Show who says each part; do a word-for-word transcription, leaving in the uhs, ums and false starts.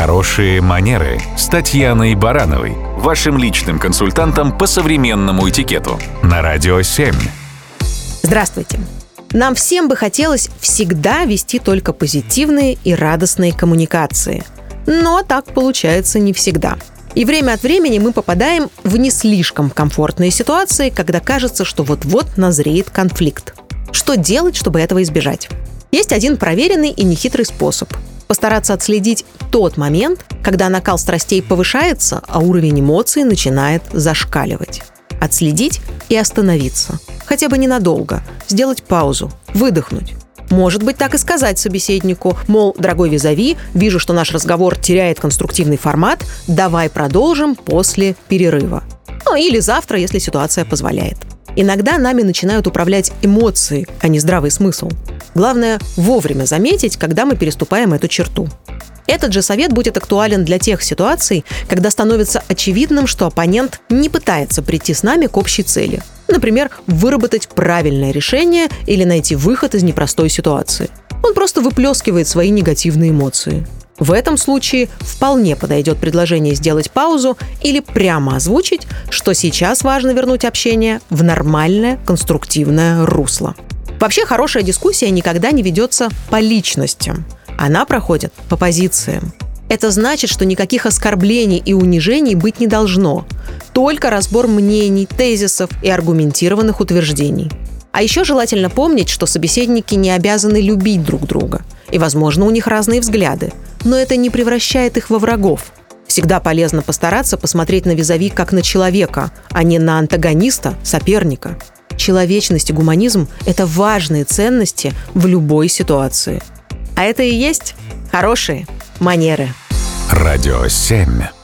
Speaker 1: Хорошие манеры с Татьяной Барановой, вашим личным консультантом по современному этикету на Радио семь.
Speaker 2: Здравствуйте. Нам всем бы хотелось всегда вести только позитивные и радостные коммуникации. Но так получается не всегда. И время от времени мы попадаем в не слишком комфортные ситуации, когда кажется, что вот-вот назреет конфликт. Что делать, чтобы этого избежать? Есть один проверенный и нехитрый способ. Постараться отследить тот момент, когда накал страстей повышается, а уровень эмоций начинает зашкаливать. Отследить и остановиться. Хотя бы ненадолго. Сделать паузу. Выдохнуть. Может быть, так и сказать собеседнику, мол, дорогой визави, вижу, что наш разговор теряет конструктивный формат, давай продолжим после перерыва. Ну, или завтра, если ситуация позволяет. Иногда нами начинают управлять эмоции, а не здравый смысл. Главное вовремя заметить, когда мы переступаем эту черту. Этот же совет будет актуален для тех ситуаций, когда становится очевидным, что оппонент не пытается прийти с нами к общей цели. Например, выработать правильное решение или найти выход из непростой ситуации. Он просто выплескивает свои негативные эмоции. В этом случае вполне подойдет предложение сделать паузу или прямо озвучить, что сейчас важно вернуть общение в нормальное, конструктивное русло. Вообще, хорошая дискуссия никогда не ведется по личностям. Она проходит по позициям. Это значит, что никаких оскорблений и унижений быть не должно. Только разбор мнений, тезисов и аргументированных утверждений. А еще желательно помнить, что собеседники не обязаны любить друг друга. И, возможно, у них разные взгляды. Но это не превращает их во врагов. Всегда полезно постараться посмотреть на визави как на человека, а не на антагониста, соперника. Человечность и гуманизм – это важные ценности в любой ситуации. А это и есть хорошие манеры.
Speaker 1: Радио семь.